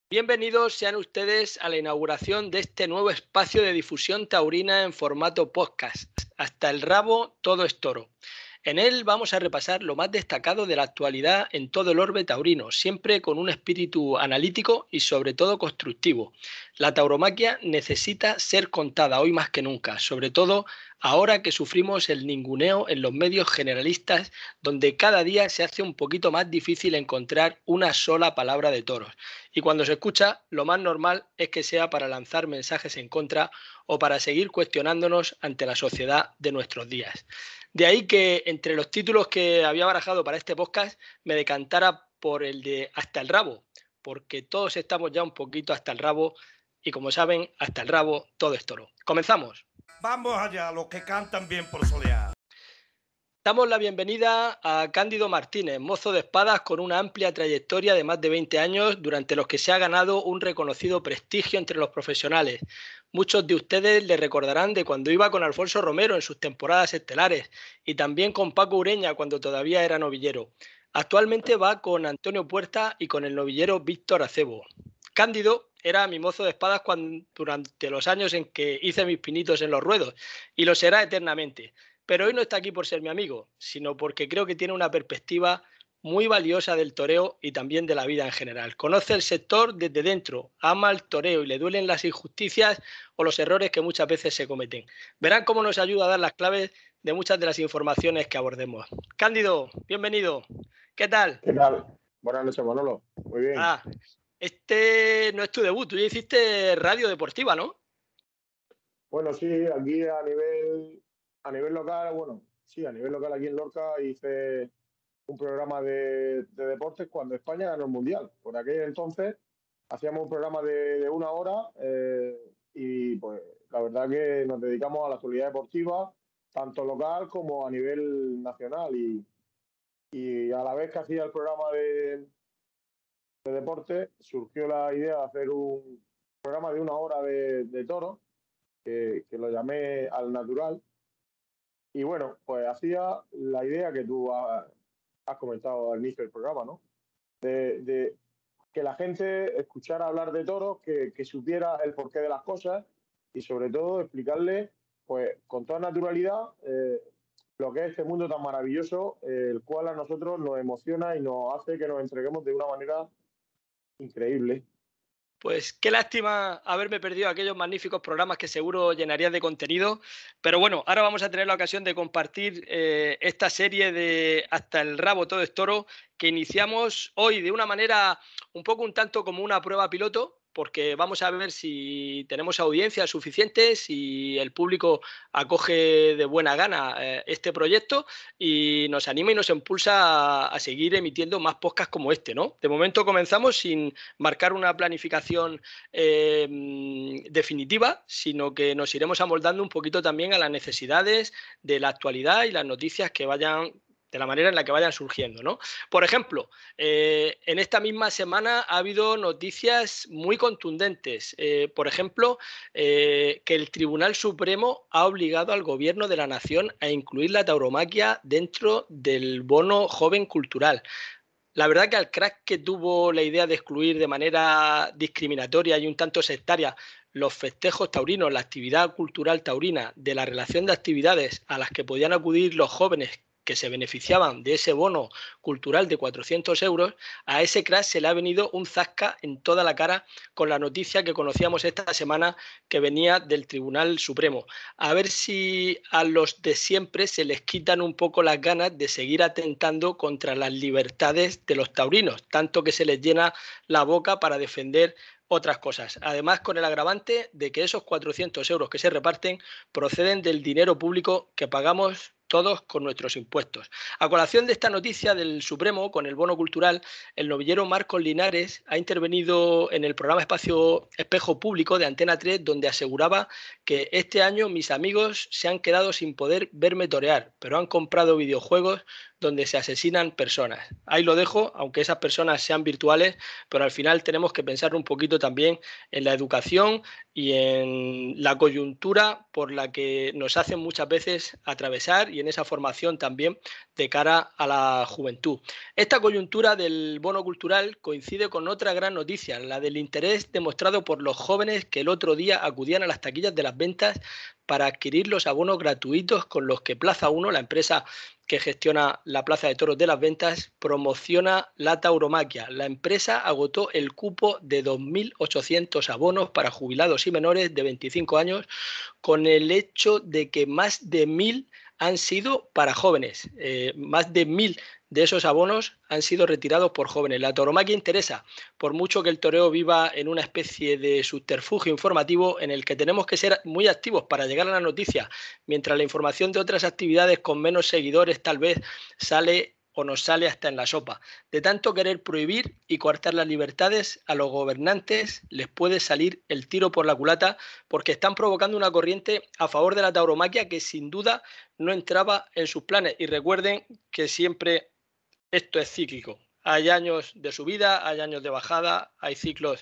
Bienvenidos sean ustedes a la inauguración de este nuevo espacio de difusión taurina en formato podcast. Hasta el rabo, todo es toro. En él vamos a repasar lo más destacado de la actualidad en todo el orbe taurino, siempre con un espíritu analítico y sobre todo constructivo. La tauromaquia necesita ser contada hoy más que nunca, sobre todo ahora que sufrimos el ninguneo en los medios generalistas, donde cada día se hace un poquito más difícil encontrar una sola palabra de toros. Y cuando se escucha, lo más normal es que sea para lanzar mensajes en contra o para seguir cuestionándonos ante la sociedad de nuestros días. De ahí que entre los títulos que había barajado para este podcast me decantara por el de Hasta el rabo, porque todos estamos ya un poquito hasta el rabo y como saben, hasta el rabo todo es toro. ¡Comenzamos! Vamos allá, los que cantan bien por solear. Damos la bienvenida a Cándido Martínez, mozo de espadas con una amplia trayectoria de más de 20 años, durante los que se ha ganado un reconocido prestigio entre los profesionales. Muchos de ustedes le recordarán de cuando iba con Alfonso Romero en sus temporadas estelares y también con Paco Ureña cuando todavía era novillero. Actualmente va con Antonio Puerta y con el novillero Víctor Acebo. Cándido era mi mozo de espadas durante los años en que hice mis pinitos en los ruedos y lo será eternamente. Pero hoy no está aquí por ser mi amigo, sino porque creo que tiene una perspectiva muy valiosa del toreo y también de la vida en general. Conoce el sector desde dentro, ama el toreo y le duelen las injusticias o los errores que muchas veces se cometen. Verán cómo nos ayuda a dar las claves de muchas de las informaciones que abordemos. Cándido, bienvenido. ¿Qué tal? ¿Qué tal? Buenas noches, Manolo. Muy bien. Este no es tu debut, tú ya hiciste radio deportiva, ¿no? Bueno, sí, aquí a nivel local, a nivel local aquí en Lorca hice un programa de deportes cuando España ganó el Mundial. Por aquel entonces hacíamos un programa de una hora y pues la verdad que nos dedicamos a la actualidad deportiva, tanto local como a nivel nacional. Y a la vez que hacía el programa de deporte, surgió la idea de hacer un programa de una hora de toros, que lo llamé Al Natural. Y bueno, pues hacía la idea que tú has comentado al inicio del programa, ¿no? De que la gente escuchara hablar de toros, que supiera el porqué de las cosas y sobre todo explicarle, pues con toda naturalidad, lo que es este mundo tan maravilloso, el cual a nosotros nos emociona y nos hace que nos entreguemos de una manera increíble. Pues qué lástima haberme perdido aquellos magníficos programas que seguro llenarías de contenido. Pero bueno, ahora vamos a tener la ocasión de compartir esta serie de Hasta el rabo todo es toro que iniciamos hoy de una manera un tanto como una prueba piloto, porque vamos a ver si tenemos audiencia suficiente, si el público acoge de buena gana este proyecto y nos anima y nos impulsa a seguir emitiendo más podcasts como este, ¿no? De momento comenzamos sin marcar una planificación definitiva, sino que nos iremos amoldando un poquito también a las necesidades de la actualidad y las noticias que vayan de la manera en la que vayan surgiendo, ¿no? Por ejemplo, en esta misma semana ha habido noticias muy contundentes. Por ejemplo, que el Tribunal Supremo ha obligado al Gobierno de la Nación a incluir la tauromaquia dentro del bono joven cultural. La verdad que al crack que tuvo la idea de excluir de manera discriminatoria y un tanto sectaria los festejos taurinos, la actividad cultural taurina, de la relación de actividades a las que podían acudir los jóvenes que se beneficiaban de ese bono cultural de 400 euros, a ese crack se le ha venido un zasca en toda la cara con la noticia que conocíamos esta semana que venía del Tribunal Supremo. A ver si a los de siempre se les quitan un poco las ganas de seguir atentando contra las libertades de los taurinos, tanto que se les llena la boca para defender otras cosas. Además, con el agravante de que esos 400 euros que se reparten proceden del dinero público que pagamos todos con nuestros impuestos. A colación de esta noticia del Supremo con el bono cultural, el novillero Marcos Linares ha intervenido en el programa Espacio Espejo Público de Antena 3, donde aseguraba que este año mis amigos se han quedado sin poder verme torear, pero han comprado videojuegos donde se asesinan personas. Ahí lo dejo, aunque esas personas sean virtuales, pero al final tenemos que pensar un poquito también en la educación y en la coyuntura por la que nos hacen muchas veces atravesar y en esa formación también de cara a la juventud. Esta coyuntura del bono cultural coincide con otra gran noticia, la del interés demostrado por los jóvenes que el otro día acudían a las taquillas de las ventas para adquirir los abonos gratuitos con los que Plaza 1, la empresa que gestiona la Plaza de Toros de las Ventas, promociona la tauromaquia. La empresa agotó el cupo de 2.800 abonos para jubilados y menores de 25 años, con el hecho de que más de 1.000 han sido para jóvenes. Más de 1.000 de esos abonos han sido retirados por jóvenes. La tauromaquia interesa, por mucho que el toreo viva en una especie de subterfugio informativo en el que tenemos que ser muy activos para llegar a la noticia, mientras la información de otras actividades con menos seguidores tal vez sale o nos sale hasta en la sopa. De tanto querer prohibir y coartar las libertades, a los gobernantes les puede salir el tiro por la culata, porque están provocando una corriente a favor de la tauromaquia que sin duda no entraba en sus planes. Y recuerden que siempre esto es cíclico. Hay años de subida, hay años de bajada, hay ciclos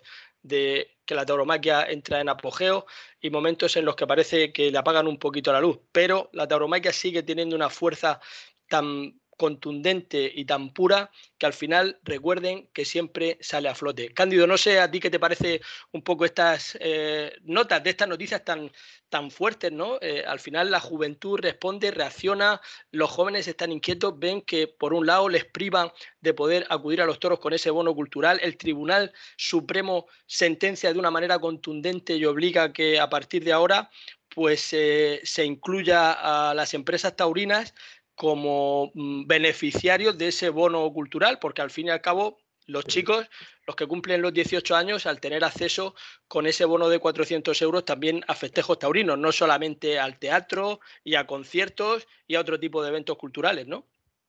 de que la tauromaquia entra en apogeo y momentos en los que parece que le apagan un poquito la luz, pero la tauromaquia sigue teniendo una fuerza tan contundente y tan pura que al final recuerden que siempre sale a flote. Cándido, no sé a ti qué te parece un poco estas notas de estas noticias tan fuertes, ¿no? Al final la juventud responde, reacciona, los jóvenes están inquietos, ven que por un lado les privan de poder acudir a los toros con ese bono cultural, el Tribunal Supremo sentencia de una manera contundente y obliga que a partir de ahora pues se incluya a las empresas taurinas como beneficiarios de ese bono cultural, porque al fin y al cabo los chicos, los que cumplen los 18 años, al tener acceso con ese bono de 400 euros también a festejos taurinos, no solamente al teatro y a conciertos y a otro tipo de eventos culturales, ¿no?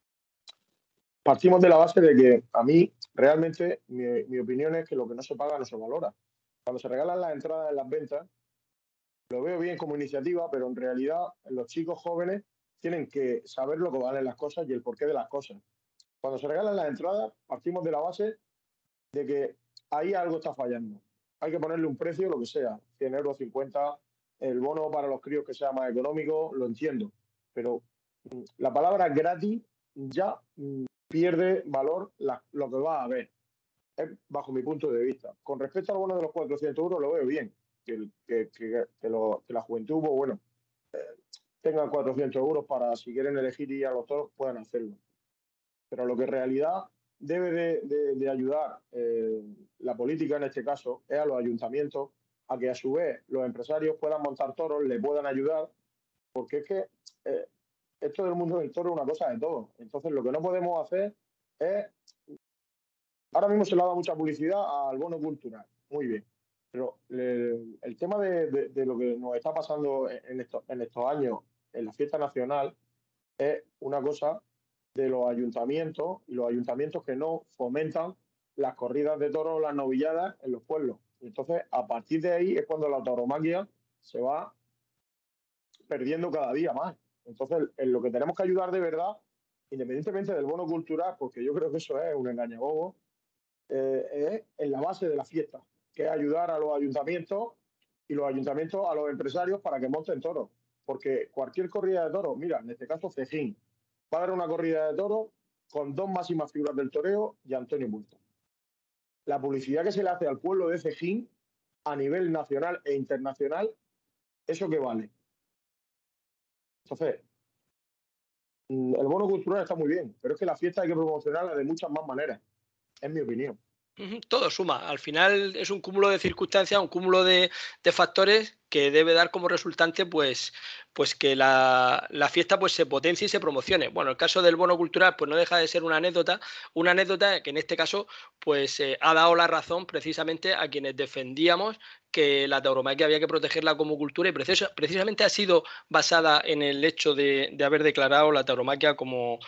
Partimos de la base de que a mí realmente mi opinión es que lo que no se paga no se valora. Cuando se regalan las entradas en las ventas, lo veo bien como iniciativa, pero en realidad los chicos jóvenes tienen que saber lo que valen las cosas y el porqué de las cosas. Cuando se regalan las entradas, partimos de la base de que ahí algo está fallando. Hay que ponerle un precio, lo que sea, 100 euros, 50, el bono para los críos que sea más económico, lo entiendo. Pero la palabra gratis ya pierde valor lo que va a haber, bajo mi punto de vista. Con respecto al bono de los 400 euros, lo veo bien, que la juventud, bueno, tengan 400 euros para, si quieren elegir ir a los toros, puedan hacerlo. Pero lo que en realidad debe de ayudar la política en este caso es a los ayuntamientos a que a su vez los empresarios puedan montar toros, le puedan ayudar, porque es que esto del mundo del toro es una cosa de todo. Entonces lo que no podemos hacer es... Ahora mismo se le ha dado mucha publicidad al bono cultural, muy bien, pero el tema de lo que nos está pasando en estos años en la fiesta nacional es una cosa de los ayuntamientos y los ayuntamientos que no fomentan las corridas de toros o las novilladas en los pueblos. Y entonces, a partir de ahí es cuando la tauromaquia se va perdiendo cada día más. Entonces, en lo que tenemos que ayudar de verdad, independientemente del bono cultural, porque yo creo que eso es un engañabobo, es en la base de la fiesta, que es ayudar a los ayuntamientos y los ayuntamientos a los empresarios para que monten toros. Porque cualquier corrida de toros, mira, en este caso Cejín, va a haber una corrida de toros con dos máximas figuras del toreo y Antonio Bulto. La publicidad que se le hace al pueblo de Cejín a nivel nacional e internacional, ¿eso qué vale? Entonces, el bono cultural está muy bien, pero es que la fiesta hay que promocionarla de muchas más maneras, es mi opinión. Todo suma. Al final es un cúmulo de circunstancias, un cúmulo de factores que debe dar como resultante pues que la fiesta pues se potencie y se promocione. Bueno, el caso del bono cultural pues no deja de ser una anécdota que en este caso pues ha dado la razón precisamente a quienes defendíamos que la tauromaquia había que protegerla como cultura y precisamente ha sido basada en el hecho de haber declarado la tauromaquia como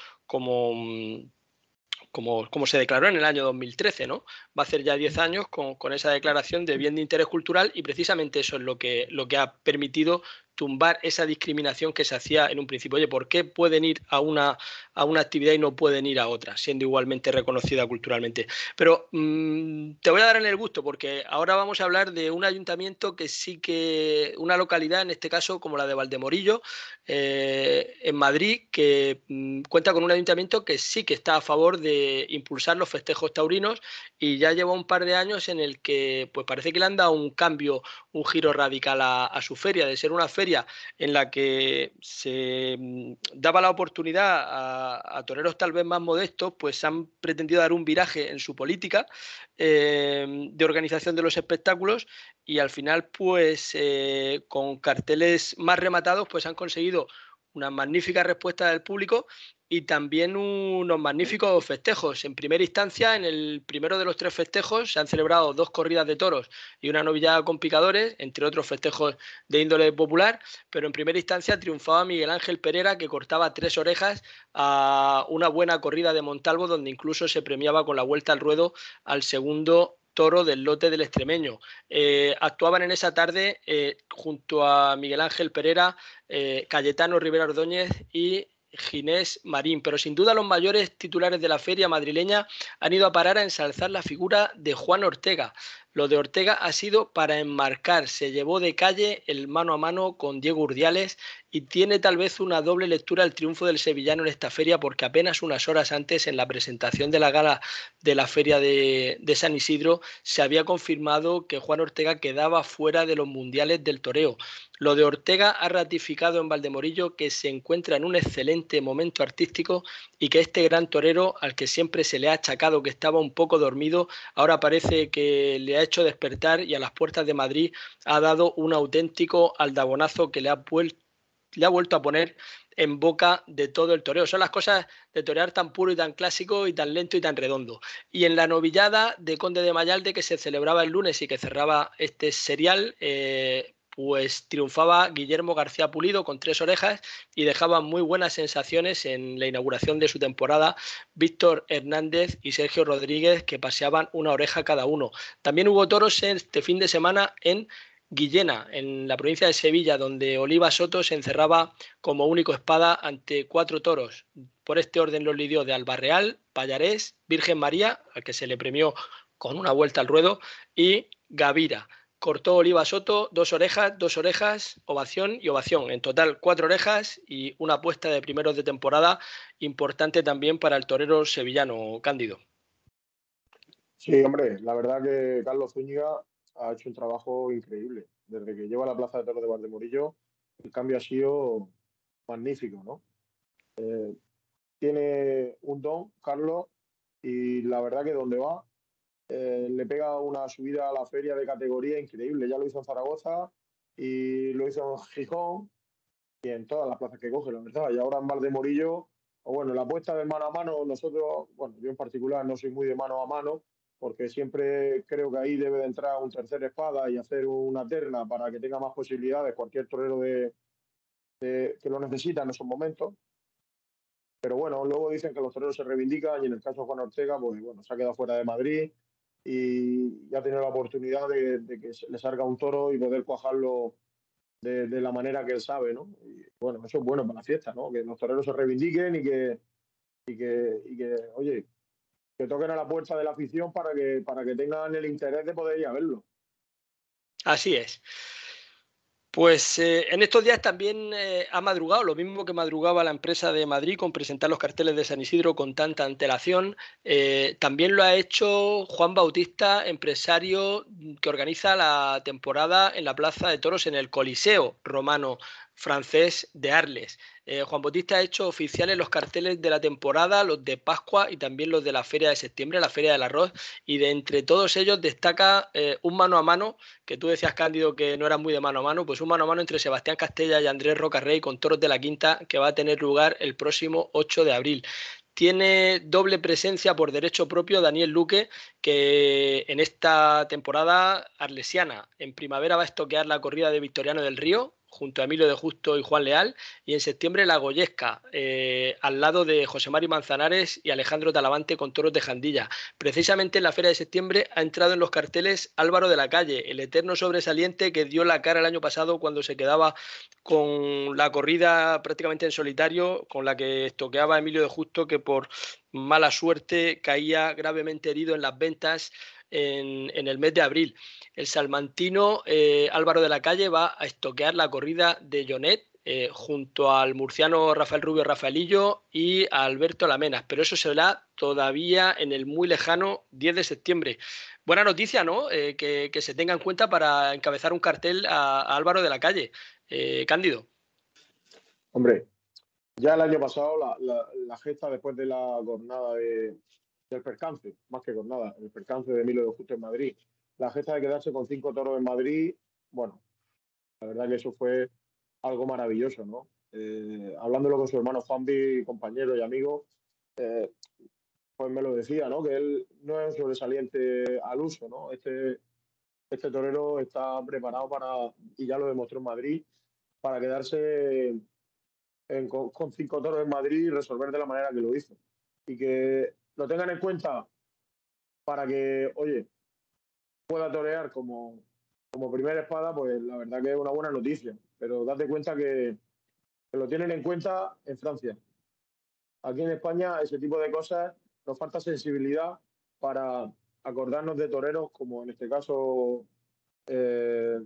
se declaró en el año 2013, ¿no? Va a hacer ya 10 años con esa declaración de bien de interés cultural y precisamente eso es lo que ha permitido tumbar esa discriminación que se hacía en un principio. Oye, ¿por qué pueden ir a una actividad y no pueden ir a otra, siendo igualmente reconocida culturalmente? Pero te voy a dar en el gusto, porque ahora vamos a hablar de un ayuntamiento que sí que, una localidad, en este caso como la de Valdemorillo, en Madrid, que cuenta con un ayuntamiento que sí que está a favor de impulsar los festejos taurinos, y ya lleva un par de años en el que pues parece que le han dado un cambio, un giro radical a su feria, de ser una feria en la que se daba la oportunidad a toreros tal vez más modestos, pues han pretendido dar un viraje en su política de organización de los espectáculos, y al final pues con carteles más rematados pues han conseguido una magnífica respuesta del público y también unos magníficos festejos. En primera instancia, en el primero de los 3 festejos, se han celebrado 2 corridas de toros y una novillada con picadores, entre otros festejos de índole popular, pero en primera instancia triunfaba Miguel Ángel Pereira, que cortaba 3 orejas a una buena corrida de Montalvo, donde incluso se premiaba con la vuelta al ruedo al segundo toro del lote del extremeño. Actuaban en esa tarde junto a Miguel Ángel Pereira, Cayetano Rivera Ordóñez y Ginés Marín, pero sin duda los mayores titulares de la feria madrileña han ido a parar a ensalzar la figura de Juan Ortega. Lo de Ortega ha sido para enmarcar, se llevó de calle el mano a mano con Diego Urdiales, y tiene tal vez una doble lectura el triunfo del sevillano en esta feria, porque apenas unas horas antes, en la presentación de la gala de la feria de San Isidro, se había confirmado que Juan Ortega quedaba fuera de los mundiales del toreo. Lo de Ortega ha ratificado en Valdemorillo que se encuentra en un excelente momento artístico y que este gran torero, al que siempre se le ha achacado que estaba un poco dormido, ahora parece que le ha hecho despertar, y a las puertas de Madrid ha dado un auténtico aldabonazo que le ha vuelto a poner en boca de todo el toreo. Son las cosas de torear tan puro y tan clásico y tan lento y tan redondo. Y en la novillada de Conde de Mayalde, que se celebraba el lunes y que cerraba este serial, pues triunfaba Guillermo García Pulido con 3 orejas, y dejaba muy buenas sensaciones en la inauguración de su temporada Víctor Hernández y Sergio Rodríguez, que paseaban una oreja cada uno. También hubo toros este fin de semana en Guillena, en la provincia de Sevilla, donde Oliva Soto se encerraba como único espada ante 4 toros. Por este orden los lidió de Albarreal, Pallarés, Virgen María, al que se le premió con una vuelta al ruedo, y Gavira. Cortó Oliva Soto 2 orejas, ovación y ovación. En total 4 orejas y una apuesta de primeros de temporada importante también para el torero sevillano, Cándido. Sí, hombre, la verdad que Carlos Zúñiga ha hecho un trabajo increíble. Desde que lleva la Plaza de Toros de Valdemorillo, el cambio ha sido magnífico, ¿no? Tiene un don, Carlos, y la verdad que donde va, le pega una subida a la feria de categoría increíble. Ya lo hizo en Zaragoza y lo hizo en Gijón y en todas las plazas que coge, la verdad. Y ahora en Valdemorillo, o bueno, la apuesta del mano a mano, nosotros, bueno, yo en particular no soy muy de mano a mano, porque siempre creo que ahí debe de entrar un tercer espada y hacer una terna para que tenga más posibilidades cualquier torero que lo necesita en esos momentos. Pero bueno, luego dicen que los toreros se reivindican, y en el caso de Juan Ortega, pues bueno, se ha quedado fuera de Madrid y ha tenido la oportunidad de que le salga un toro y poder cuajarlo de la manera que él sabe, ¿no? Y bueno, eso es bueno para la fiesta, ¿no? Que los toreros se reivindiquen y que oye, que toquen a la puerta de la afición para que tengan el interés de poder ir a verlo. Así es. Pues en estos días también ha madrugado, lo mismo que madrugaba la empresa de Madrid con presentar los carteles de San Isidro con tanta antelación. También lo ha hecho Juan Bautista, empresario que organiza la temporada en la Plaza de Toros en el Coliseo Romano francés de Arles. Juan Bautista ha hecho oficiales los carteles de la temporada, los de Pascua y también los de la Feria de Septiembre, la Feria del Arroz, y de entre todos ellos destaca un mano a mano, que tú decías, Cándido, que no era muy de mano a mano, pues un mano a mano entre Sebastián Castella y Andrés Rocarrey con toros de la Quinta, que va a tener lugar el próximo 8 de abril. Tiene doble presencia por derecho propio Daniel Luque, que en esta temporada arlesiana, en primavera, va a estoquear la corrida de Victoriano del Río, junto a Emilio de Justo y Juan Leal, y en septiembre la Goyesca, al lado de José Mari Manzanares y Alejandro Talavante con toros de Jandilla. Precisamente en la feria de septiembre ha entrado en los carteles Álvaro de la Calle, el eterno sobresaliente que dio la cara el año pasado cuando se quedaba con la corrida prácticamente en solitario, con la que estoqueaba Emilio de Justo, que por mala suerte caía gravemente herido en las ventas en el mes de abril. El salmantino Álvaro de la Calle va a estoquear la corrida de Jonet junto al murciano Rafael Rubio Rafaelillo y a Alberto Lamenas, pero eso será todavía en el muy lejano 10 de septiembre. Buena noticia, ¿no? Que se tenga en cuenta para encabezar un cartel a Álvaro de la Calle. Cándido. Hombre, ya el año pasado la gesta después de la jornada del percance, más que jornada, el percance de Emilio de Justo en Madrid, la gesta de quedarse con 5 toros en Madrid, bueno, la verdad que eso fue algo maravilloso, ¿no? Hablándolo con su hermano Juanvi, compañero y amigo, pues me lo decía, ¿no? Que él no es un sobresaliente al uso, ¿no? Este torero está preparado y ya lo demostró en Madrid, para quedarse con 5 toros en Madrid y resolver de la manera que lo hizo. Y que lo tengan en cuenta para que, oye, pueda torear como primera espada, pues la verdad que es una buena noticia. Pero date cuenta que lo tienen en cuenta en Francia. Aquí en España ese tipo de cosas nos falta sensibilidad para acordarnos de toreros como en este caso de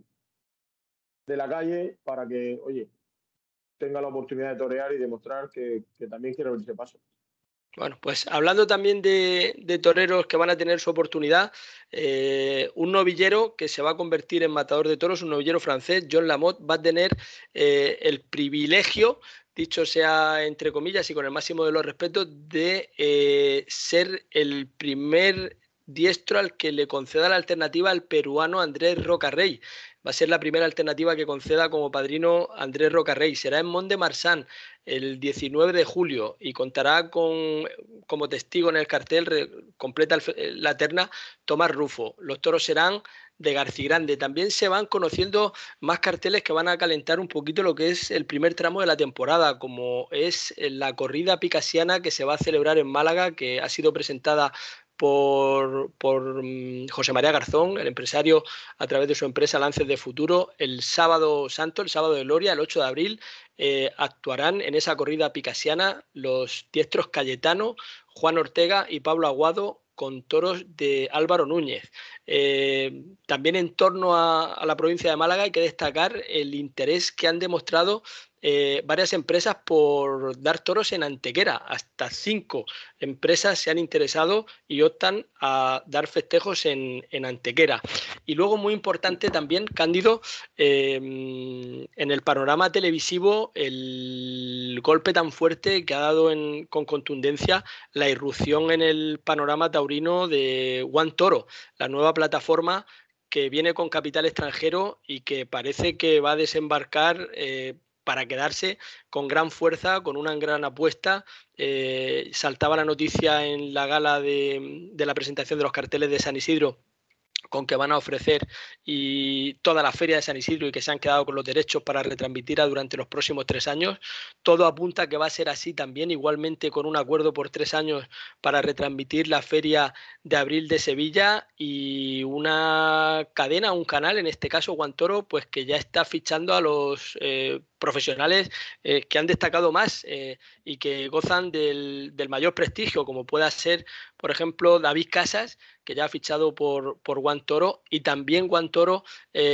la Calle, para que, oye, tenga la oportunidad de torear y demostrar que también quiere abrirse paso. Bueno, pues hablando también de toreros que van a tener su oportunidad, un novillero que se va a convertir en matador de toros, un novillero francés, John Lamotte, va a tener el privilegio, dicho sea entre comillas y con el máximo de los respetos, de ser el primer diestro al que le conceda la alternativa al peruano Andrés Rocarrey. Va a ser la primera alternativa que conceda como padrino Andrés Rocarrey. Será en Mont de Marsan el 19 de julio y contará como testigo en el cartel, completa la terna, Tomás Rufo. Los toros serán de Garcigrande. También se van conociendo más carteles que van a calentar un poquito lo que es el primer tramo de la temporada, como es la corrida picasiana que se va a celebrar en Málaga, que ha sido presentada por José María Garzón, el empresario, a través de su empresa Lances de Futuro. El sábado santo, el sábado de gloria, el 8 de abril, actuarán en esa corrida picasiana los diestros Cayetano, Juan Ortega y Pablo Aguado, con toros de Álvaro Núñez. También en torno a la provincia de Málaga hay que destacar el interés que han demostrado varias empresas por dar toros en Antequera. Hasta 5 empresas se han interesado y optan a dar festejos en Antequera. Y luego, muy importante también, Cándido, en el panorama televisivo, el golpe tan fuerte que ha dado con contundencia la irrupción en el panorama taurino de One Toro, la nueva plataforma que viene con capital extranjero y que parece que va a desembarcar para quedarse con gran fuerza, con una gran apuesta. Saltaba la noticia en la gala de la presentación de los carteles de San Isidro, con que van a ofrecer y toda la feria de San Isidro y que se han quedado con los derechos para retransmitirla durante los próximos 3 años. Todo apunta a que va a ser así también, igualmente con un acuerdo por 3 años para retransmitir la feria de abril de Sevilla, y una cadena, un canal, en este caso One Toro, pues que ya está fichando a los profesionales que han destacado más y que gozan del mayor prestigio, como pueda ser, por ejemplo, David Casas, que ya ha fichado por One Toro, y también One Toro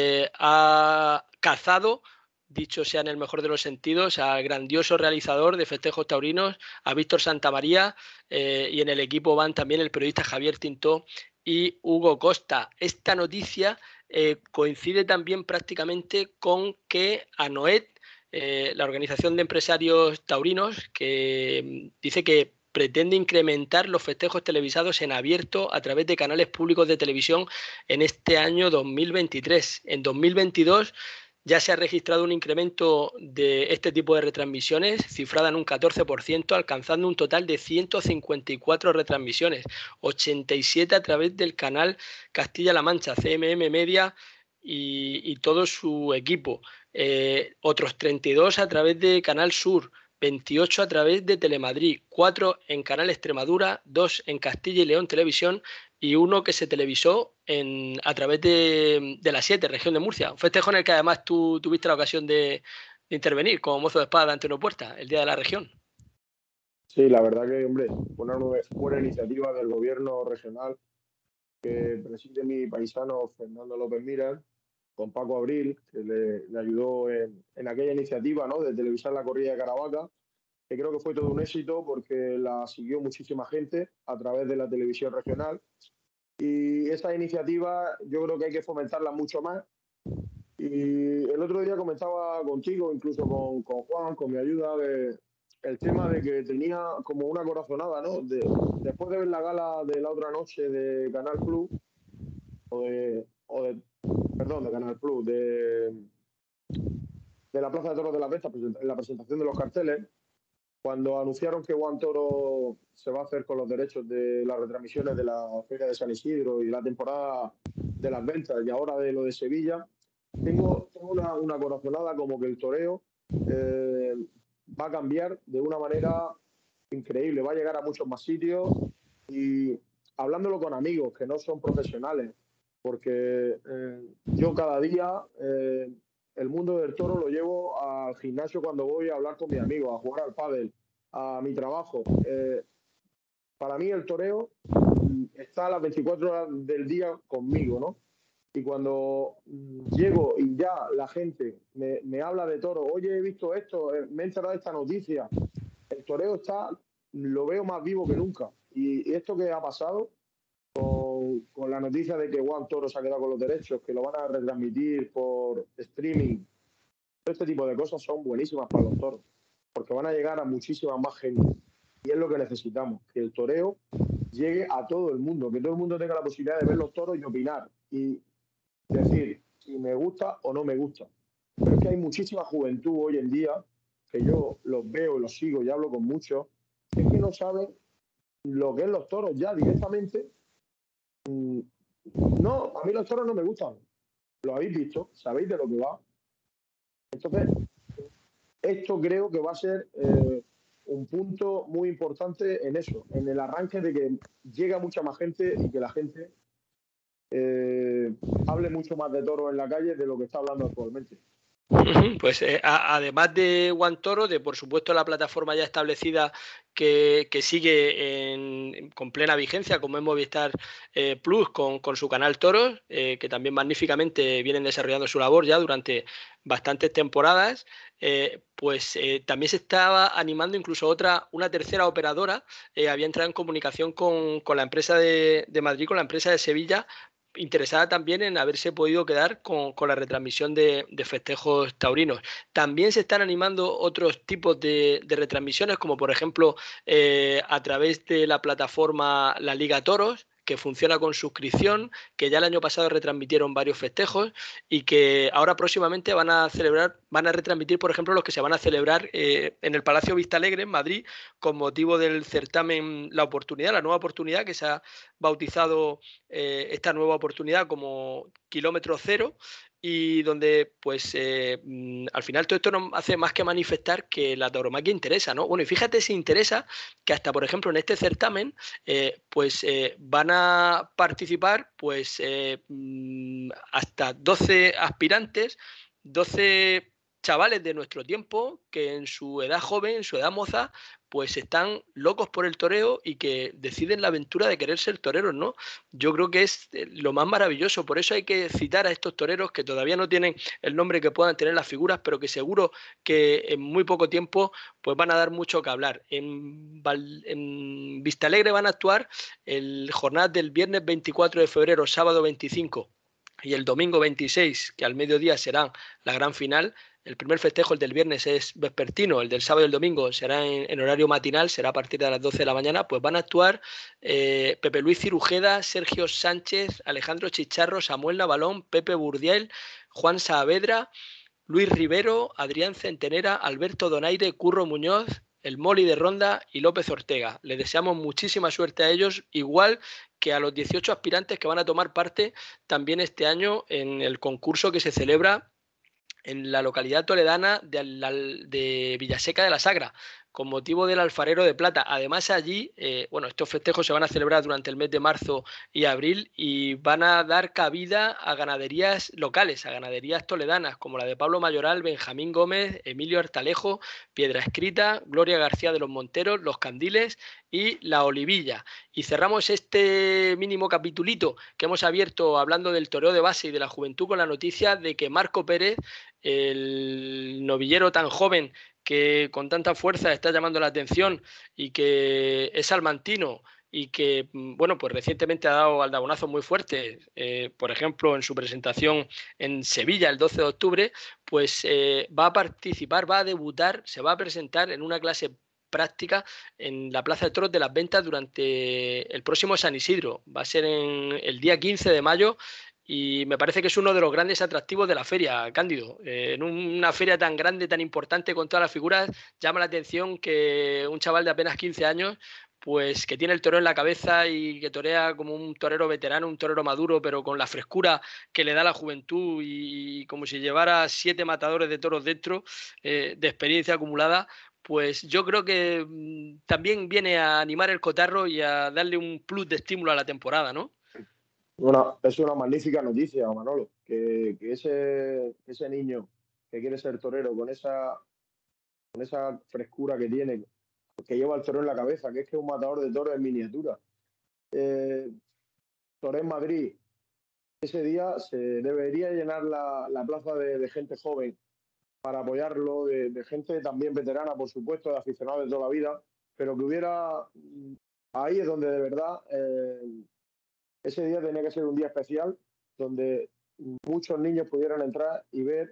ha cazado, dicho sea en el mejor de los sentidos, al grandioso realizador de festejos taurinos, a Víctor Santamaría, y en el equipo van también el periodista Javier Tintó y Hugo Costa. Esta noticia coincide también prácticamente con que ANOET, la Organización de Empresarios Taurinos, que dice que pretende incrementar los festejos televisados en abierto a través de canales públicos de televisión en este año 2023. En 2022 ya se ha registrado un incremento de este tipo de retransmisiones, cifrada en un 14%, alcanzando un total de 154 retransmisiones, 87 a través del canal Castilla-La Mancha, CMM Media, y todo su equipo. Otros 32 a través de Canal Sur, 28 a través de Telemadrid, 4 en Canal Extremadura, 2 en Castilla y León Televisión y 1 que se televisó a través de la 7, región de Murcia. Un festejo en el que además tú tuviste la ocasión de intervenir como mozo de espada de Antonio Puerta, el Día de la Región. Sí, la verdad que, hombre, una buena iniciativa del gobierno regional que preside mi paisano Fernando López Miras, con Paco Abril, que le ayudó en aquella iniciativa, ¿no?, de televisar la corrida de Caravaca, que creo que fue todo un éxito porque la siguió muchísima gente a través de la televisión regional. Y esa iniciativa yo creo que hay que fomentarla mucho más. Y el otro día comentaba contigo, incluso con Juan, con mi ayuda, el tema de que tenía como una corazonada, ¿no? Después de ver la gala de la otra noche de Canal Plus, perdón, de Canal Plus, de la Plaza de Toros de la Vesta, en la presentación de los carteles, cuando anunciaron que Juan Toro se va a hacer con los derechos de las retransmisiones de la Feria de San Isidro y la temporada de las ventas y ahora de lo de Sevilla, tengo una corazonada como que el toreo va a cambiar de una manera increíble, va a llegar a muchos más sitios y hablándolo con amigos que no son profesionales, porque yo cada día el mundo del toro lo llevo al gimnasio cuando voy a hablar con mis amigos, a jugar al pádel, a mi trabajo. Para mí el toreo está a las 24 horas del día conmigo, ¿no? Y cuando llego y ya la gente me habla de toro, oye, he visto esto, me he enterado de esta noticia, el toreo lo veo más vivo que nunca. Y esto que ha pasado con la noticia de que Juan Toro se ha quedado con los derechos, que lo van a retransmitir por streaming, todo este tipo de cosas son buenísimas para los toros, porque van a llegar a muchísima más gente. Y es lo que necesitamos, que el toreo llegue a todo el mundo, que todo el mundo tenga la posibilidad de ver los toros y opinar. Y decir si me gusta o no me gusta. Pero es que hay muchísima juventud hoy en día, que yo los veo y los sigo y hablo con muchos, es que no saben lo que es los toros ya directamente. No, a mí los toros no me gustan. Lo habéis visto, sabéis de lo que va. Entonces, esto creo que va a ser un punto muy importante en eso, en el arranque de que llega mucha más gente y que la gente hable mucho más de toros en la calle de lo que está hablando actualmente. Pues además de Juan Toro, de por supuesto la plataforma ya establecida que sigue con plena vigencia, como es Movistar Plus con su canal Toros, que también magníficamente vienen desarrollando su labor ya durante bastantes temporadas, pues también se estaba animando incluso una tercera operadora, había entrado en comunicación con la empresa de Madrid, con la empresa de Sevilla, interesada también en haberse podido quedar con la retransmisión de festejos taurinos. También se están animando otros tipos de retransmisiones, como por ejemplo a través de la plataforma La Liga Toros, que funciona con suscripción, que ya el año pasado retransmitieron varios festejos y que ahora próximamente van a retransmitir, por ejemplo, los que se van a celebrar en el Palacio Vistalegre, en Madrid, con motivo del certamen La Nueva Oportunidad, que se ha bautizado esta nueva oportunidad como Kilómetro Cero, y donde pues al final todo esto no hace más que manifestar que la tauromaquia interesa, ¿no? Bueno, y fíjate si interesa que hasta, por ejemplo, en este certamen van a participar pues hasta 12 aspirantes, 12 chavales de nuestro tiempo que en su edad joven, en su edad moza, pues están locos por el toreo y que deciden la aventura de querer ser toreros, ¿no? Yo creo que es lo más maravilloso, por eso hay que citar a estos toreros que todavía no tienen el nombre que puedan tener las figuras, pero que seguro que en muy poco tiempo pues van a dar mucho que hablar. En Vistalegre van a actuar el jornada del viernes 24 de febrero, sábado 25 y el domingo 26, que al mediodía serán la gran final. El primer festejo, el del viernes, es vespertino, el del sábado y el domingo será en horario matinal, será a partir de las 12 de la mañana, pues van a actuar Pepe Luis Cirujeda, Sergio Sánchez, Alejandro Chicharro, Samuel Navalón, Pepe Burdiel, Juan Saavedra, Luis Rivero, Adrián Centenera, Alberto Donaire, Curro Muñoz, el Moli de Ronda y López Ortega. Les deseamos muchísima suerte a ellos, igual que a los 18 aspirantes que van a tomar parte también este año en el concurso que se celebra en la localidad toledana de Villaseca de la Sagra, con motivo del Alfarero de Plata. Además allí, estos festejos se van a celebrar durante el mes de marzo y abril y van a dar cabida a ganaderías locales, a ganaderías toledanas, como la de Pablo Mayoral, Benjamín Gómez, Emilio Artalejo, Piedra Escrita, Gloria García de los Monteros, Los Candiles y La Olivilla. Y cerramos este mínimo capitulito que hemos abierto hablando del toreo de base y de la juventud con la noticia de que Marco Pérez, el novillero tan joven que con tanta fuerza está llamando la atención y que es salmantino y que, pues recientemente ha dado aldabonazos muy fuertes, por ejemplo, en su presentación en Sevilla el 12 de octubre, pues va a participar, va a debutar, se va a presentar en una clase práctica en la Plaza de Toros de las Ventas durante el próximo San Isidro. Va a ser en el día 15 de mayo y me parece que es uno de los grandes atractivos de la feria, Cándido. En una feria tan grande, tan importante, con todas las figuras, llama la atención que un chaval de apenas 15 años, pues que tiene el toreo en la cabeza y que torea como un torero veterano, un torero maduro, pero con la frescura que le da la juventud y como si llevara 7 matadores de toros dentro, de experiencia acumulada, pues yo creo que también viene a animar el cotarro y a darle un plus de estímulo a la temporada, ¿no? Bueno, es una magnífica noticia, Manolo, que ese niño que quiere ser torero con esa frescura que tiene, que lleva el toro en la cabeza, que es un matador de toros en miniatura. Toré en Madrid, ese día se debería llenar la plaza de gente joven para apoyarlo, de gente también veterana, por supuesto, de aficionados de toda la vida, pero que hubiera, ahí es donde de verdad ese día tenía que ser un día especial, donde muchos niños pudieran entrar y ver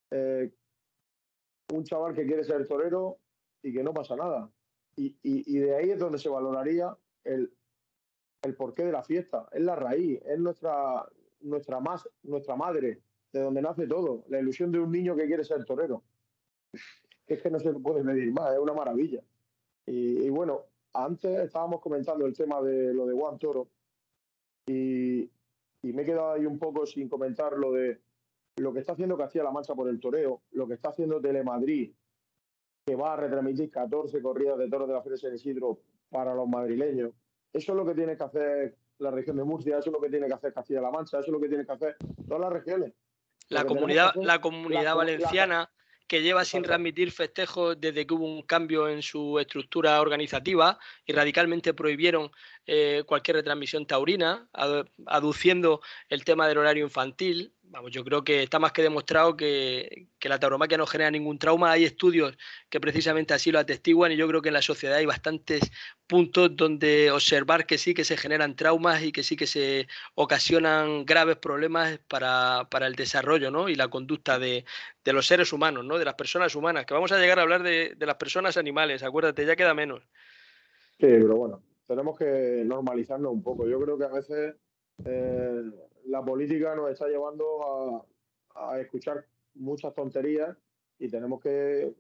un chaval que quiere ser torero y que no pasa nada. Y de ahí es donde se valoraría el porqué de la fiesta. Es la raíz, es nuestra madre, de donde nace todo. La ilusión de un niño que quiere ser torero. Es que no se puede medir más, es una maravilla. Y bueno, antes estábamos comentando el tema de lo de Juan Toro y me he quedado ahí un poco sin comentar lo que está haciendo Castilla-La Mancha por el toreo, lo que está haciendo Telemadrid, que va a retransmitir 14 corridas de toros de la Feria de San Isidro para los madrileños. Eso es lo que tiene que hacer la región de Murcia, eso es lo que tiene que hacer Castilla-La Mancha, eso es lo que tiene que hacer todas las regiones. La comunidad valenciana, que lleva sin transmitir festejos desde que hubo un cambio en su estructura organizativa y radicalmente prohibieron cualquier retransmisión taurina, aduciendo el tema del horario infantil. Vamos, yo creo que está más que demostrado que la tauromaquia no genera ningún trauma. Hay estudios que precisamente así lo atestiguan y yo creo que en la sociedad hay bastantes puntos donde observar que sí que se generan traumas y que sí que se ocasionan graves problemas para el desarrollo, ¿no? Y la conducta de los seres humanos, ¿no? De las personas humanas, que vamos a llegar a hablar de las personas animales, acuérdate, ya queda menos. Sí, pero bueno, tenemos que normalizarnos un poco. Yo creo que a veces la política nos está llevando a escuchar muchas tonterías y tenemos que,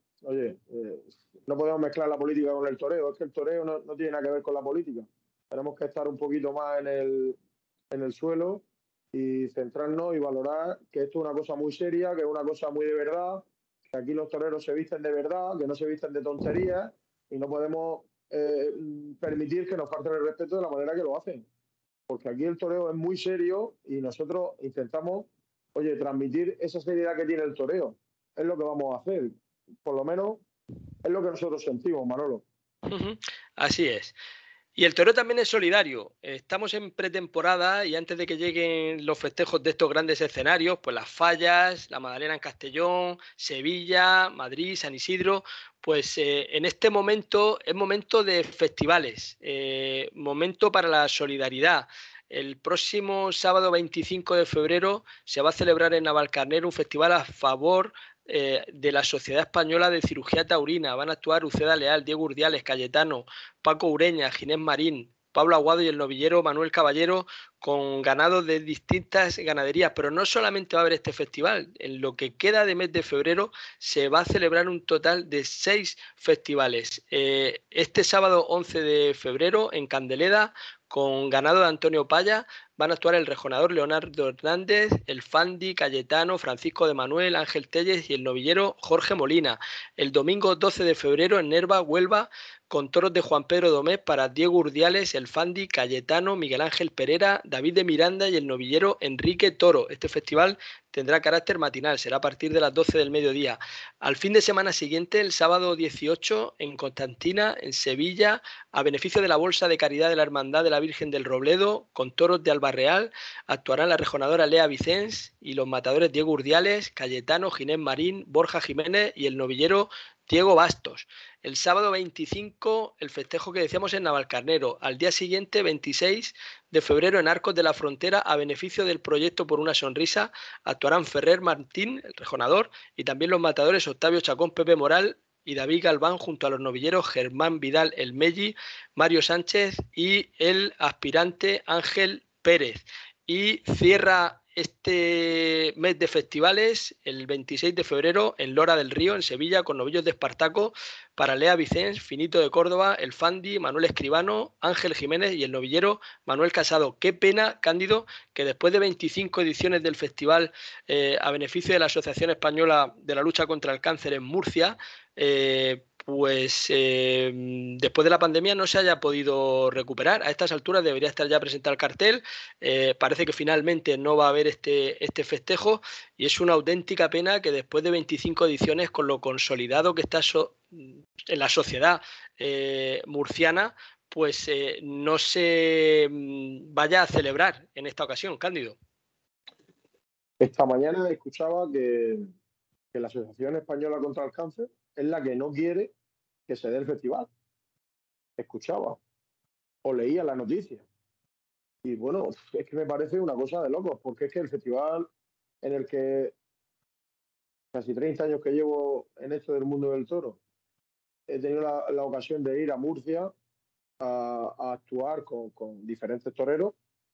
no podemos mezclar la política con el toreo, es que el toreo no tiene nada que ver con la política. Tenemos que estar un poquito más en el suelo y centrarnos y valorar que esto es una cosa muy seria, que es una cosa muy de verdad, que aquí los toreros se visten de verdad, que no se visten de tonterías y no podemos permitir que nos falten el respeto de la manera que lo hacen. Porque aquí el toreo es muy serio y nosotros intentamos, transmitir esa seriedad que tiene el toreo. Es lo que vamos a hacer. Por lo menos es lo que nosotros sentimos, Manolo. Así es. Y el toreo también es solidario. Estamos en pretemporada y antes de que lleguen los festejos de estos grandes escenarios, pues las Fallas, la Magdalena en Castellón, Sevilla, Madrid, San Isidro, pues en este momento es momento de festivales, momento para la solidaridad. El próximo sábado 25 de febrero se va a celebrar en Navalcarnero un festival a favor de la Sociedad Española de Cirugía Taurina. Van a actuar Uceda Leal, Diego Urdiales, Cayetano, Paco Ureña, Ginés Marín, Pablo Aguado y el novillero Manuel Caballero, con ganado de distintas ganaderías. Pero no solamente va a haber este festival, en lo que queda de mes de febrero se va a celebrar un total de 6 festivales. Este sábado 11 de febrero en Candeleda, con ganado de Antonio Paya, van a actuar el rejonador Leonardo Hernández, el Fandi, Cayetano, Francisco de Manuel, Ángel Telles y el novillero Jorge Molina. El domingo 12 de febrero en Nerva, Huelva, con toros de Juan Pedro Domés para Diego Urdiales, el Fandi, Cayetano, Miguel Ángel Pereira, David de Miranda y el novillero Enrique Toro. Este festival tendrá carácter matinal, será a partir de las 12 del mediodía. Al fin de semana siguiente, el sábado 18, en Constantina, en Sevilla, a beneficio de la Bolsa de Caridad de la Hermandad de la Virgen del Robledo, con toros de Albarreal, actuarán la rejonadora Lea Vicens y los matadores Diego Urdiales, Cayetano, Ginés Marín, Borja Jiménez y el novillero Diego Bastos. El sábado 25, el festejo que decíamos en Navalcarnero. Al día siguiente, 26 de febrero, en Arcos de la Frontera, a beneficio del proyecto Por una Sonrisa, actuarán Ferrer Martín, el rejonador, y también los matadores Octavio Chacón, Pepe Moral y David Galván, junto a los novilleros Germán Vidal El Melli, Mario Sánchez y el aspirante Ángel Pérez. Y cierra este mes de festivales el 26 de febrero en Lora del Río, en Sevilla, con novillos de Espartaco para Lea Vicens, Finito de Córdoba, el Fandi, Manuel Escribano, Ángel Jiménez y el novillero Manuel Casado. Qué pena, Cándido, que después de 25 ediciones del festival a beneficio de la Asociación Española de la Lucha contra el Cáncer en Murcia, después de la pandemia no se haya podido recuperar. A estas alturas debería estar ya presentado el cartel. Parece que finalmente no va a haber este festejo y es una auténtica pena que después de 25 ediciones, con lo consolidado que está en la sociedad murciana, pues no se vaya a celebrar en esta ocasión, Cándido. Esta mañana escuchaba que la Asociación Española contra el Cáncer es la que no quiere que se dé el festival. Escuchaba o leía la noticia. Y bueno, es que me parece una cosa de locos, porque es que el festival en el que casi 30 años que llevo en esto del mundo del toro, he tenido la ocasión de ir a Murcia a actuar con diferentes toreros.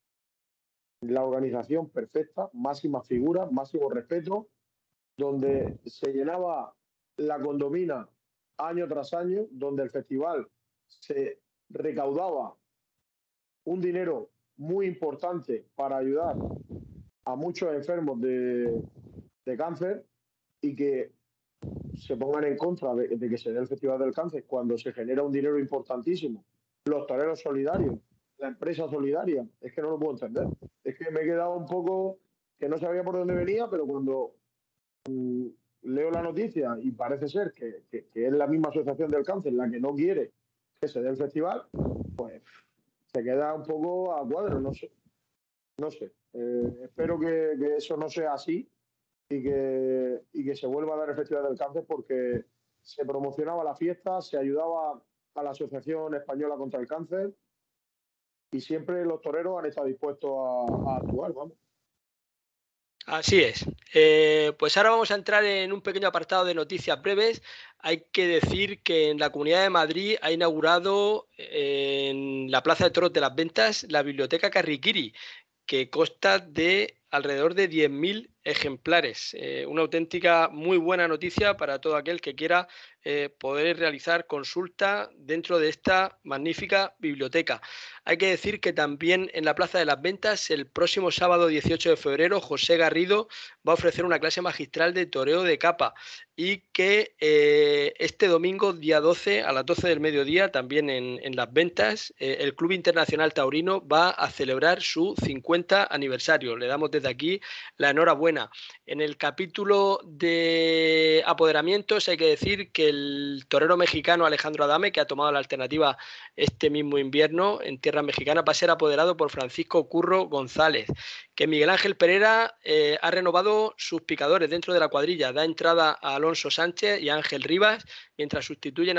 La organización perfecta, máximas figuras, máximo respeto, donde se llenaba la condomina año tras año, donde el festival se recaudaba un dinero muy importante para ayudar a muchos enfermos de cáncer, y que se pongan en contra de que se dé el Festival del Cáncer cuando se genera un dinero importantísimo. Los toreros solidarios, la empresa solidaria, es que no lo puedo entender. Es que me he quedado un poco que no sabía por dónde venía, pero cuando leo la noticia y parece ser que es la misma Asociación del Cáncer la que no quiere que se dé el festival, pues se queda un poco a cuadro, no sé. Espero que eso no sea así y que se vuelva a dar el Festival del Cáncer, porque se promocionaba la fiesta, se ayudaba a la Asociación Española contra el Cáncer y siempre los toreros han estado dispuestos a actuar, vamos. Así es. Pues ahora vamos a entrar en un pequeño apartado de noticias breves. Hay que decir que en la Comunidad de Madrid ha inaugurado en la Plaza de Toros de las Ventas la Biblioteca Carriquiri, que consta de alrededor de 10.000 ejemplares. Una auténtica muy buena noticia para todo aquel que quiera poder realizar consulta dentro de esta magnífica biblioteca. Hay que decir que también en la Plaza de las Ventas, el próximo sábado 18 de febrero, José Garrido va a ofrecer una clase magistral de toreo de capa, y que este domingo, día 12, a las 12 del mediodía, también en las Ventas, el Club Internacional Taurino va a celebrar su 50 aniversario. Le damos desde aquí la enhorabuena. En el capítulo de apoderamientos hay que decir que el torero mexicano Alejandro Adame, que ha tomado la alternativa este mismo invierno en tierras mexicanas, va a ser apoderado por Francisco Curro González. Que Miguel Ángel Pereira ha renovado sus picadores dentro de la cuadrilla, da entrada a Alonso Sánchez y a Ángel Rivas, mientras sustituyen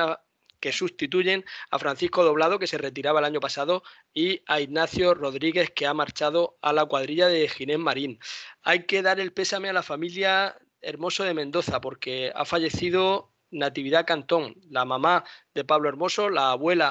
a Francisco Doblado, que se retiraba el año pasado, y a Ignacio Rodríguez, que ha marchado a la cuadrilla de Ginés Marín. Hay que dar el pésame a la familia Hermoso de Mendoza, porque ha fallecido Natividad Cantón, la mamá de Pablo Hermoso, la abuela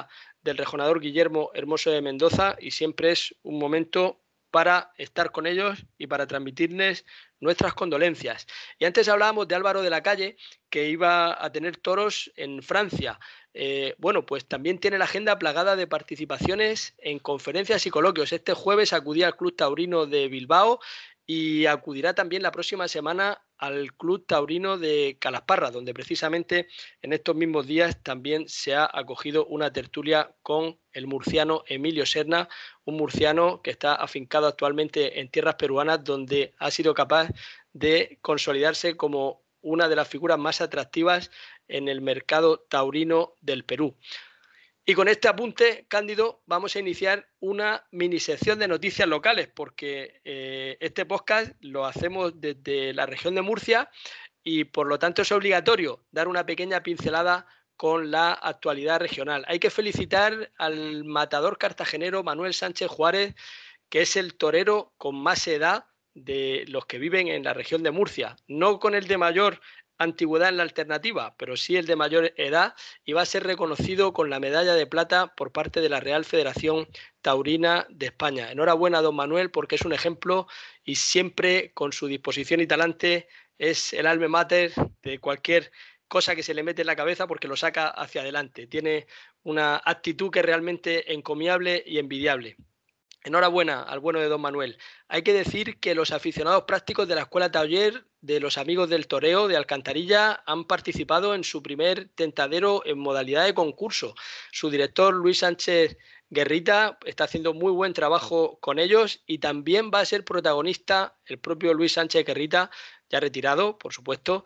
del rejonador Guillermo Hermoso de Mendoza y siempre es un momento para estar con ellos y para transmitirles nuestras condolencias. Y antes hablábamos de Álvaro de la Calle, que iba a tener toros en Francia. Bueno, pues también tiene la agenda plagada de participaciones en conferencias y coloquios. Este jueves acudía al Club Taurino de Bilbao y acudirá también la próxima semana al Club Taurino de Calasparra, donde precisamente en estos mismos días también se ha acogido una tertulia con el murciano Emilio Serna, un murciano que está afincado actualmente en tierras peruanas, donde ha sido capaz de consolidarse como una de las figuras más atractivas en el mercado taurino del Perú. Y con este apunte, Cándido, vamos a iniciar una mini sección de noticias locales, porque este podcast lo hacemos desde la región de Murcia y por lo tanto es obligatorio dar una pequeña pincelada con la actualidad regional. Hay que felicitar al matador cartagenero Manuel Sánchez Juárez, que es el torero con más edad de los que viven en la región de Murcia, no con el de mayor antigüedad en la alternativa, pero sí el de mayor edad, y va a ser reconocido con la medalla de plata por parte de la Real Federación Taurina de España. Enhorabuena, don Manuel, porque es un ejemplo y siempre con su disposición y talante es el alma mater de cualquier cosa que se le mete en la cabeza, porque lo saca hacia adelante. Tiene una actitud que es realmente encomiable y envidiable. Enhorabuena al bueno de don Manuel. Hay que decir que los aficionados prácticos de la Escuela Taller de los Amigos del Toreo de Alcantarilla han participado en su primer tentadero en modalidad de concurso. Su director, Luis Sánchez Guerrita, está haciendo muy buen trabajo con ellos y también va a ser protagonista el propio Luis Sánchez Guerrita, ya retirado, por supuesto,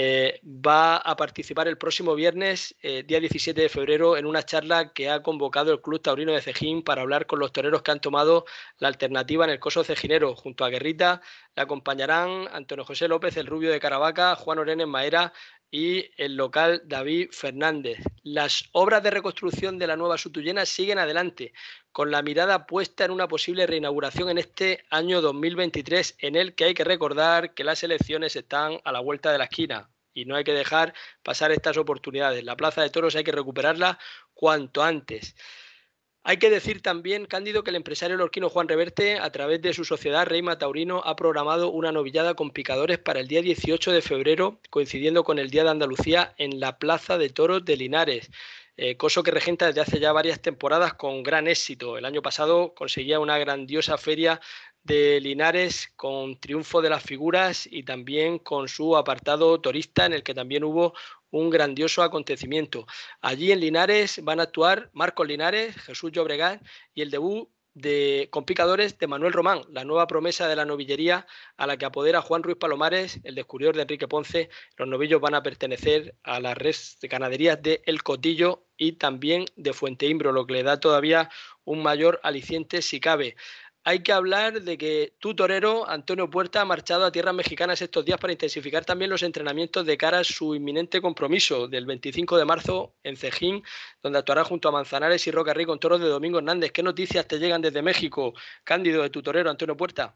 va a participar el próximo viernes, día 17 de febrero, en una charla que ha convocado el Club Taurino de Cejín para hablar con los toreros que han tomado la alternativa en el coso cejinero. Junto a Guerrita le acompañarán Antonio José López, el Rubio de Caravaca, Juan Orenes Maera y el local David Fernández. Las obras de reconstrucción de la nueva Sutullena siguen adelante, con la mirada puesta en una posible reinauguración en este año 2023, en el que hay que recordar que las elecciones están a la vuelta de la esquina y no hay que dejar pasar estas oportunidades. La Plaza de Toros hay que recuperarla cuanto antes. Hay que decir también, Cándido, que el empresario lorquino Juan Reverte, a través de su sociedad Reima Taurino, ha programado una novillada con picadores para el día 18 de febrero, coincidiendo con el Día de Andalucía, en la Plaza de Toros de Linares. Coso que regenta desde hace ya varias temporadas con gran éxito. El año pasado conseguía una grandiosa feria de Linares con triunfo de las figuras y también con su apartado torista, en el que también hubo un grandioso acontecimiento. Allí en Linares van a actuar Marcos Linares, Jesús Llobregat y el debut con picadores de Manuel Román, la nueva promesa de la novillería a la que apodera Juan Ruiz Palomares, el descubridor de Enrique Ponce. Los novillos van a pertenecer a la red de ganaderías de El Cotillo y también de Fuenteimbro, lo que le da todavía un mayor aliciente si cabe. Hay que hablar de que tu torero, Antonio Puerta, ha marchado a tierras mexicanas estos días para intensificar también los entrenamientos de cara a su inminente compromiso del 25 de marzo en Cejín, donde actuará junto a Manzanares y Roca Rey con toros de Domingo Hernández. ¿Qué noticias te llegan desde México, Cándido, de tu torero, Antonio Puerta?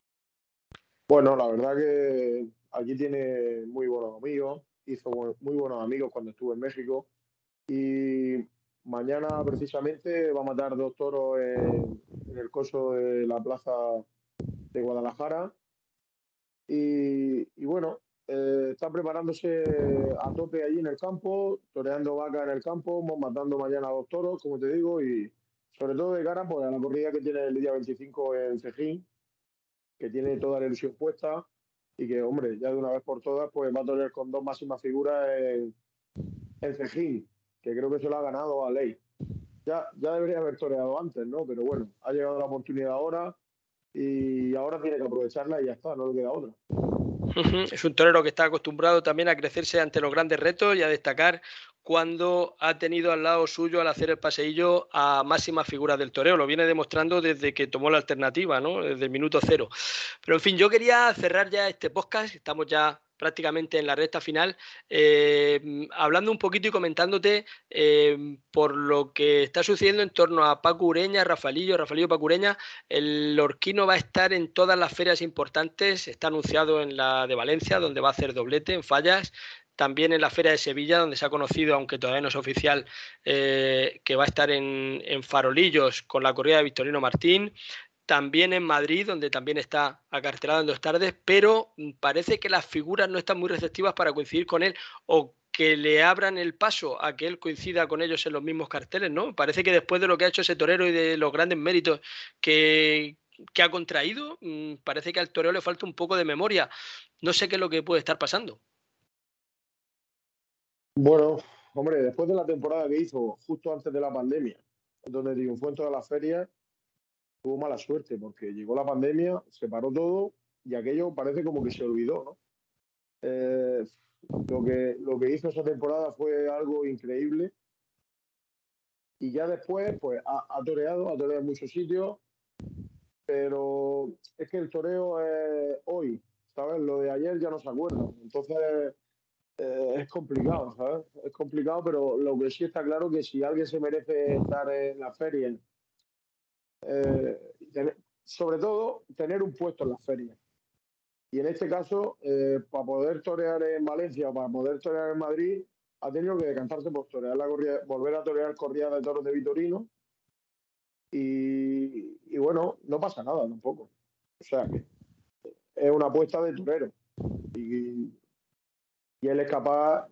Bueno, la verdad que aquí tiene muy buenos amigos, hizo muy buenos amigos cuando estuvo en México y mañana precisamente va a matar 2 toros en el coso de la plaza de Guadalajara y bueno, está preparándose a tope allí en el campo, toreando vacas en el campo, matando mañana 2 toros, como te digo, y sobre todo de cara pues, a la corrida que tiene el día 25 en Cejín, que tiene toda la ilusión puesta y que, hombre, ya de una vez por todas pues va a torear con 2 máximas figuras en Cejín, que creo que se lo ha ganado a ley. Ya debería haber toreado antes, ¿no? Pero bueno, ha llegado la oportunidad ahora y ahora tiene que aprovecharla y ya está, no le queda otra. Es un torero que está acostumbrado también a crecerse ante los grandes retos y a destacar cuando ha tenido al lado suyo, al hacer el paseillo, a máximas figuras del toreo. Lo viene demostrando desde que tomó la alternativa, ¿no? Desde el minuto 0. Pero en fin, yo quería cerrar ya este podcast, estamos ya prácticamente en la recta final, hablando un poquito y comentándote por lo que está sucediendo en torno a Paco Ureña, Rafaelillo Paco Ureña. El lorquino va a estar en todas las ferias importantes, está anunciado en la de Valencia, donde va a hacer doblete en Fallas. también en la Feria de Sevilla, donde se ha conocido, aunque todavía no es oficial, que va a estar en Farolillos con la corrida de Victorino Martín. También en Madrid, donde también está acartelado en 2 tardes, pero parece que las figuras no están muy receptivas para coincidir con él o que le abran el paso a que él coincida con ellos en los mismos carteles, ¿no? Parece que después de lo que ha hecho ese torero y de los grandes méritos que ha contraído, parece que al torero le falta un poco de memoria. No sé qué es lo que puede estar pasando. Bueno, hombre, después de la temporada que hizo justo antes de la pandemia, donde triunfó en todas las ferias, tuvo mala suerte porque llegó la pandemia, se paró todo y aquello parece como que se olvidó, ¿no? Lo que hizo esa temporada fue algo increíble y ya después pues ha toreado en muchos sitios, pero es que el toreo es hoy, ¿sabes? Lo de ayer ya no se acuerda, entonces es complicado, ¿sabes? Es complicado, pero lo que sí está claro que si alguien se merece estar en la feria, sobre todo tener un puesto en la feria. Y en este caso, para poder torear en Valencia o para poder torear en Madrid, ha tenido que decantarse por torear la corrida, volver a torear corrida de toros de Vitorino. Y bueno, no pasa nada tampoco. O sea que es una apuesta de torero. Y, y él es capaz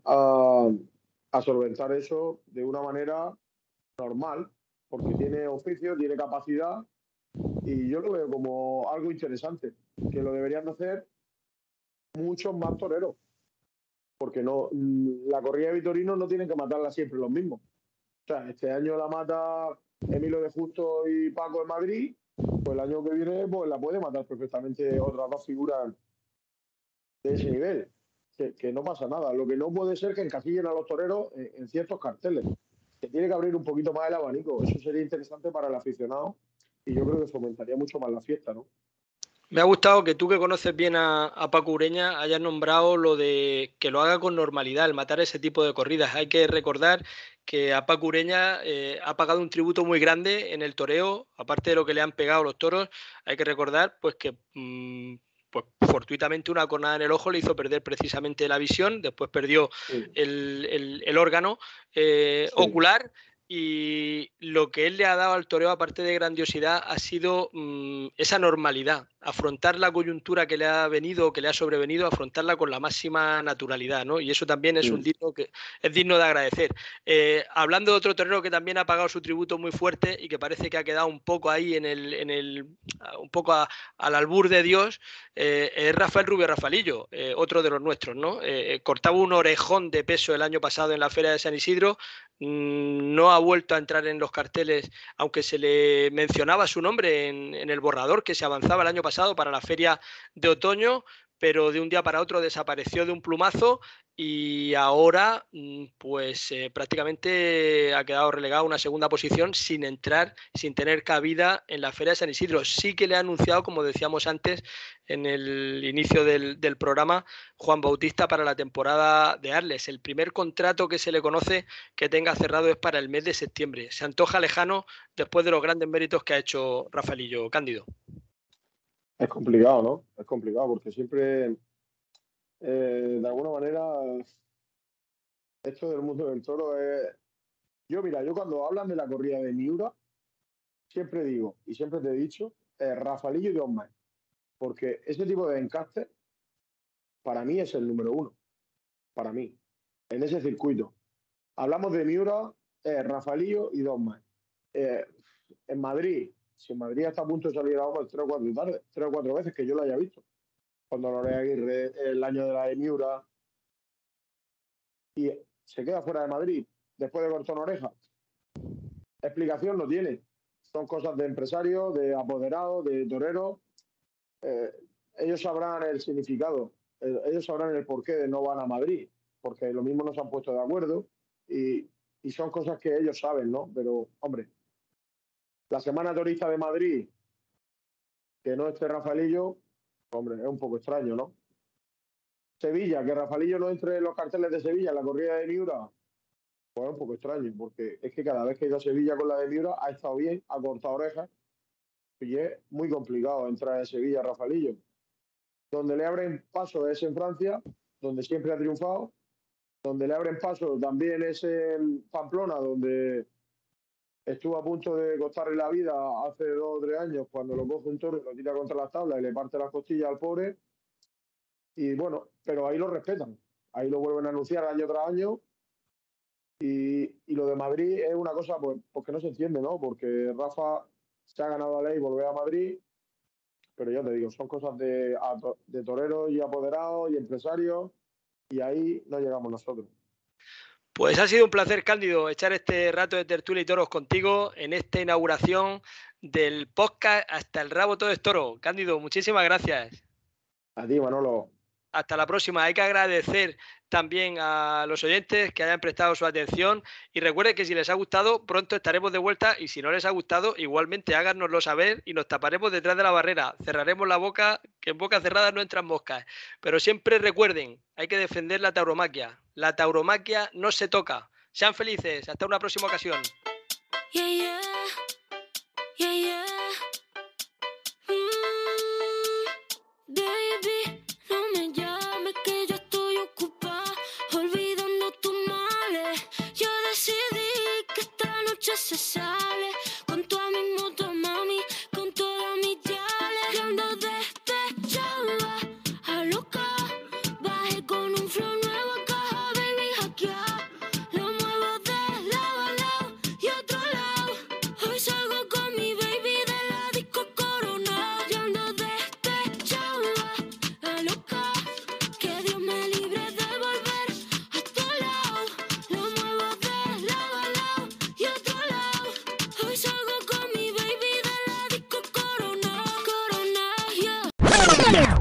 a solventar eso de una manera normal, porque tiene oficio, tiene capacidad, y yo lo veo como algo interesante, que lo deberían de hacer muchos más toreros, porque no la corrida de Vitorino no tienen que matarla siempre los mismos. O sea, este año la mata Emilio de Justo y Paco en Madrid, pues el año que viene pues la puede matar perfectamente otras dos figuras de ese nivel. Que no pasa nada. Lo que no puede ser que encasillen a los toreros en ciertos carteles. Se tiene que abrir un poquito más el abanico. Eso sería interesante para el aficionado y yo creo que fomentaría mucho más la fiesta, ¿no? Me ha gustado que tú, que conoces bien a Paco Ureña, hayas nombrado lo de que lo haga con normalidad, el matar ese tipo de corridas. Hay que recordar que a Paco Ureña ha pagado un tributo muy grande en el toreo, aparte de lo que le han pegado los toros. Hay que recordar pues que pues, fortuitamente una cornada en el ojo le hizo perder precisamente la visión, después perdió Sí, el órgano sí. ocular. Y lo que él le ha dado al toreo, aparte de grandiosidad, ha sido esa normalidad, afrontar la coyuntura que le ha venido o que le ha sobrevenido, afrontarla con la máxima naturalidad, ¿no? Y eso también es es digno de agradecer. Hablando de otro torero que también ha pagado su tributo muy fuerte y que parece que ha quedado un poco ahí un poco al albur de Dios, es Rafael Rubio Rafalillo, otro de los nuestros, ¿no? Cortaba un orejón de peso el año pasado en la Feria de San Isidro. No ha vuelto a entrar en los carteles, aunque se le mencionaba su nombre en el borrador que se avanzaba el año pasado para la feria de otoño, pero de un día para otro desapareció de un plumazo y ahora pues prácticamente ha quedado relegado a una segunda posición sin entrar, sin tener cabida en la Feria de San Isidro. Sí que le ha anunciado, como decíamos antes en el inicio del programa, Juan Bautista para la temporada de Arles. El primer contrato que se le conoce que tenga cerrado es para el mes de septiembre. Se antoja lejano después de los grandes méritos que ha hecho Rafaelillo. Cándido. Es complicado, ¿no? Es complicado porque siempre, de alguna manera, esto del mundo del toro es... Mira, yo cuando hablan de la corrida de Miura, siempre digo, y siempre te he dicho, Rafaelillo y Dos Más, porque ese tipo de encaste para mí es el número uno, para mí, en ese circuito. Hablamos de Miura, Rafaelillo y Dos Más. Eh, en Madrid, si en Madrid está a punto de salir a Oval 3 o 4 veces que yo lo haya visto. Cuando Lorea Aguirre, el año de la de Miura, y se queda fuera de Madrid después de cortar una oreja. Explicación no tiene. Son cosas de empresarios, de apoderados, de toreros. Eh, ellos sabrán el significado, ellos sabrán el porqué de no van a Madrid, porque lo mismo no se han puesto de acuerdo y son cosas que ellos saben, ¿no? Pero, hombre, la Semana Torista de Madrid, que no esté Rafaelillo, hombre, es un poco extraño, ¿no? Sevilla, que Rafaelillo no entre en los carteles de Sevilla en la corrida de Miura, pues es un poco extraño, porque es que cada vez que he ido a Sevilla con la de Miura ha estado bien, ha cortado orejas, y es muy complicado entrar en Sevilla Rafaelillo. Donde le abren paso es en Francia, donde siempre ha triunfado, donde le abren paso también es en Pamplona, donde estuvo a punto de costarle la vida hace 2 o 3 años cuando lo coge un toro y lo tira contra las tablas y le parte las costillas al pobre. Y bueno, pero ahí lo respetan. Ahí lo vuelven a anunciar año tras año. Y lo de Madrid es una cosa pues que no se entiende, ¿no? Porque Rafa se ha ganado la ley volver a Madrid, pero ya te digo, son cosas de toreros y apoderados y empresarios, y ahí no llegamos nosotros. Pues ha sido un placer, Cándido, echar este rato de tertulia y toros contigo en esta inauguración del podcast Hasta el rabo todo es toro. Cándido, muchísimas gracias. A ti, Manolo. Hasta la próxima. Hay que agradecer también a los oyentes que hayan prestado su atención y recuerden que si les ha gustado, pronto estaremos de vuelta y si no les ha gustado, igualmente háganoslo saber y nos taparemos detrás de la barrera. Cerraremos la boca, que en boca cerrada no entran moscas. Pero siempre recuerden, hay que defender la tauromaquia. La tauromaquia no se toca. Sean felices. Hasta una próxima ocasión. Yeah, yeah. Yeah, yeah. Baby, no me llames que yo estoy ocupada, olvidando tus males. Yo decidí que esta noche se sale con toda mi moto, mami, con todas mis yales. Y ando despechada, a loca, bajé con un flow nuevo a caja, baby, hackeada. Lo muevo de lado a lado y otro lado. Hoy salgo con mi baby de la disco Corona. Y ando despechada, a loca, que Dios me libre de volver a tu lado. Lo muevo de lado a lado y otro lado. Hoy salgo con mi baby de la disco Corona, Corona, yeah.